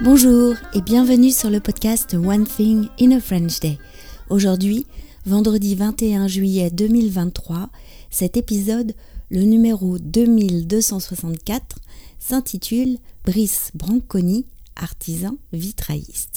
Bonjour et bienvenue sur le podcast One Thing in a French Day. Aujourd'hui, vendredi 21 juillet 2023, cet épisode, le numéro 2264, s'intitule « Brice Branconi, artisan vitrailliste ».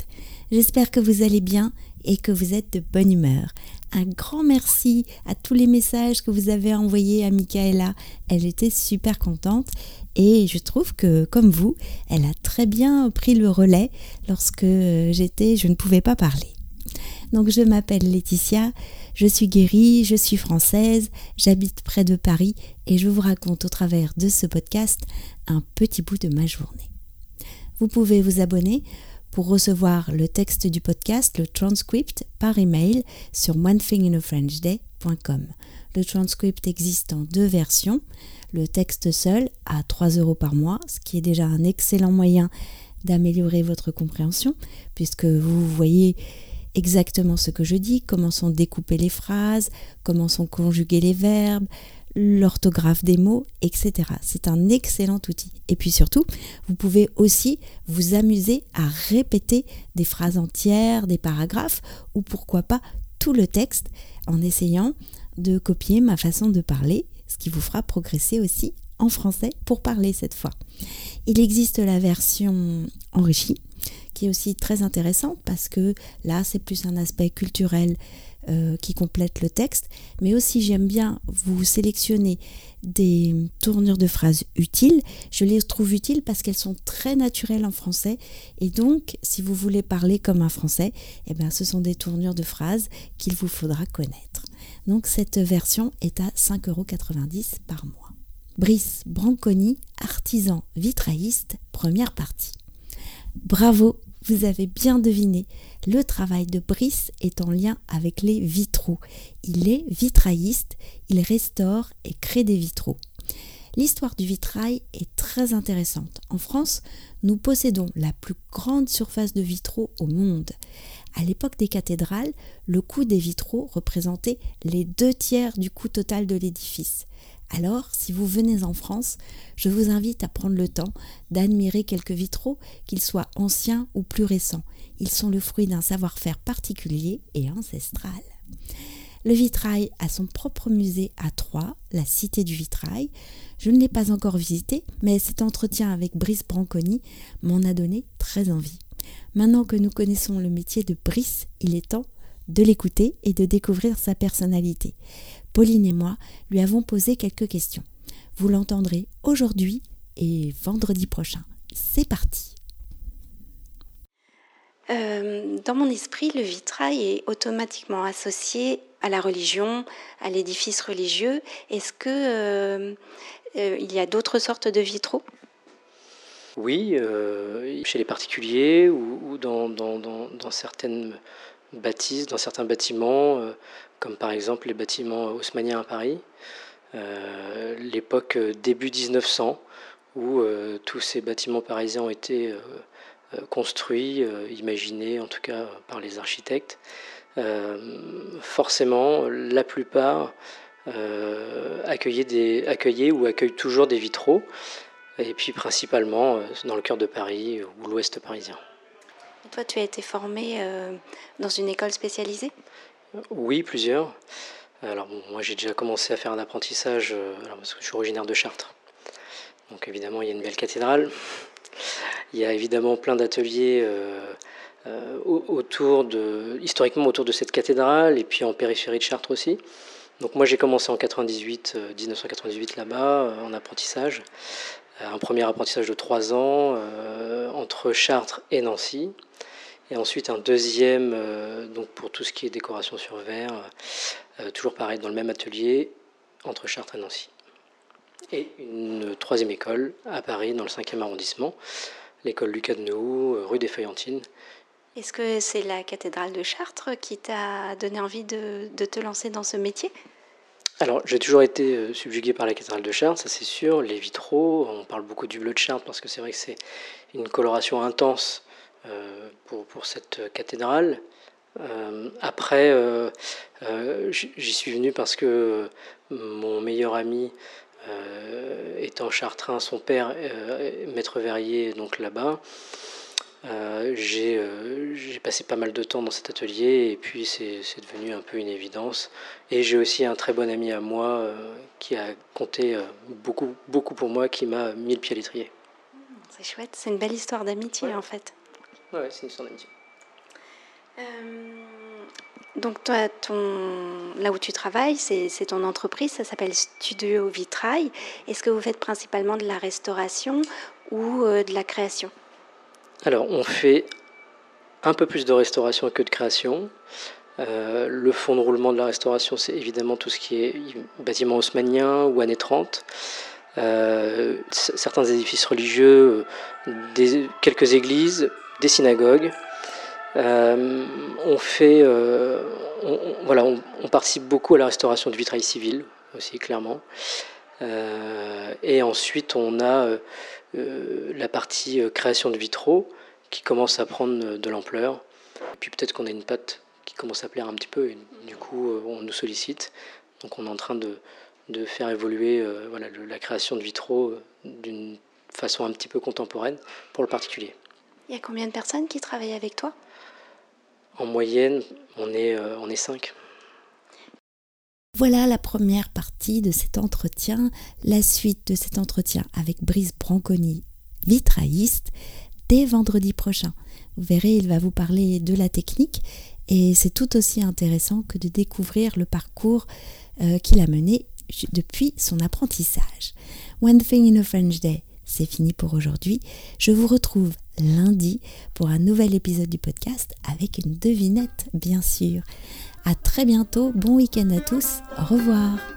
J'espère que vous allez bien et que vous êtes de bonne humeur. Un grand merci à tous les messages que vous avez envoyés à Michaela. Elle était super contente et je trouve que, comme vous, elle a très bien pris le relais lorsque je ne pouvais pas parler. Donc je m'appelle Laetitia, je suis guérie, je suis française, j'habite près de Paris et je vous raconte au travers de ce podcast un petit bout de ma journée. Vous pouvez vous abonner pour recevoir le texte du podcast, le transcript, par email sur onethinginafrenchday.com. Le transcript existe en 2 versions. Le texte seul à 3 € par mois, ce qui est déjà un excellent moyen d'améliorer votre compréhension, puisque vous voyez exactement ce que je dis, comment sont découpées les phrases, comment sont conjugués les verbes, l'orthographe des mots, etc. C'est un excellent outil. Et puis surtout, vous pouvez aussi vous amuser à répéter des phrases entières, des paragraphes, ou pourquoi pas tout le texte, en essayant de copier ma façon de parler, ce qui vous fera progresser aussi en français pour parler cette fois. Il existe la version enrichie, qui est aussi très intéressante parce que là, c'est plus un aspect culturel qui complète le texte, mais aussi j'aime bien vous sélectionner des tournures de phrases utiles. Je les trouve utiles parce qu'elles sont très naturelles en français et donc si vous voulez parler comme un français, ce sont des tournures de phrases qu'il vous faudra connaître. Donc cette version est à 5,90 € par mois. Brice Branconi, artisan vitrailliste, première partie. Bravo, vous avez bien deviné, le travail de Brice est en lien avec les vitraux. Il est vitrailliste, il restaure et crée des vitraux. L'histoire du vitrail est très intéressante. En France, nous possédons la plus grande surface de vitraux au monde. À l'époque des cathédrales, le coût des vitraux représentait les 2/3 du coût total de l'édifice. Alors, si vous venez en France, je vous invite à prendre le temps d'admirer quelques vitraux, qu'ils soient anciens ou plus récents. Ils sont le fruit d'un savoir-faire particulier et ancestral. Le vitrail a son propre musée à Troyes, la Cité du Vitrail. Je ne l'ai pas encore visité, mais cet entretien avec Brice Branconi m'en a donné très envie. Maintenant que nous connaissons le métier de Brice, il est temps de l'écouter et de découvrir sa personnalité. Pauline et moi lui avons posé quelques questions. Vous l'entendrez aujourd'hui et vendredi prochain. C'est parti. Dans mon esprit, le vitrail est automatiquement associé à la religion, à l'édifice religieux. Est-ce que il y a d'autres sortes de vitraux ? Oui, chez les particuliers ou dans certaines bâtisses, dans certains bâtiments, comme par exemple les bâtiments haussmanniens à Paris, l'époque début 1900, où tous ces bâtiments parisiens ont été construits, imaginés en tout cas par les architectes. Forcément, la plupart accueillent toujours des vitraux, et puis principalement dans le cœur de Paris ou l'ouest parisien. Et toi, tu as été formé dans une école spécialisée ? Oui, plusieurs. Alors moi j'ai déjà commencé à faire un apprentissage, parce que je suis originaire de Chartres. Donc évidemment il y a une belle cathédrale. Il y a évidemment plein d'ateliers historiquement autour de cette cathédrale et puis en périphérie de Chartres aussi. Donc moi j'ai commencé en 1998 là-bas en apprentissage. Un premier apprentissage de 3 ans entre Chartres et Nancy. Et ensuite un deuxième donc pour tout ce qui est décoration sur verre, toujours pareil dans le même atelier entre Chartres et Nancy. Et une 3e école à Paris dans le 5e arrondissement, l'école Lucas de Noue, rue des Feuillantines. Est-ce que c'est la cathédrale de Chartres qui t'a donné envie de te lancer dans ce métier ? Alors, j'ai toujours été subjugué par la cathédrale de Chartres, ça c'est sûr. Les vitraux, on parle beaucoup du bleu de Chartres parce que c'est vrai que c'est une coloration intense pour cette cathédrale. Après, j'y suis venu parce que mon meilleur ami, étant chartrain, son père maître verrier donc là-bas, J'ai passé pas mal de temps dans cet atelier et puis c'est devenu un peu une évidence. Et j'ai aussi un très bon ami à moi qui a compté beaucoup pour moi, qui m'a mis le pied à l'étrier. C'est chouette, c'est une belle histoire d'amitié en fait. Ouais, c'est une histoire d'amitié. Donc toi, là où tu travailles, c'est ton entreprise, ça s'appelle Studio Vitrail. Est-ce que vous faites principalement de la restauration ou de la création ? Alors, on fait un peu plus de restauration que de création. Le fond de roulement de la restauration, c'est évidemment tout ce qui est bâtiment haussmannien ou années 30. Certains édifices religieux, quelques églises, des synagogues. On participe beaucoup à la restauration du vitrail civil aussi, clairement. Et ensuite, on a la partie création de vitraux qui commence à prendre de l'ampleur. Et puis peut-être qu'on a une patte qui commence à plaire un petit peu et du coup, on nous sollicite. Donc on est en train de faire évoluer la création de vitraux d'une façon un petit peu contemporaine pour le particulier. Il y a combien de personnes qui travaillent avec toi ? En moyenne, on est 5. Voilà la première partie de cet entretien. La suite de cet entretien avec Brice Branconi, vitrailliste, dès vendredi prochain. Vous verrez, il va vous parler de la technique et c'est tout aussi intéressant que de découvrir le parcours qu'il a mené depuis son apprentissage. One Thing in a French Day, c'est fini pour aujourd'hui. Je vous retrouve lundi pour un nouvel épisode du podcast avec une devinette, bien sûr. À très bientôt, bon week-end à tous, au revoir.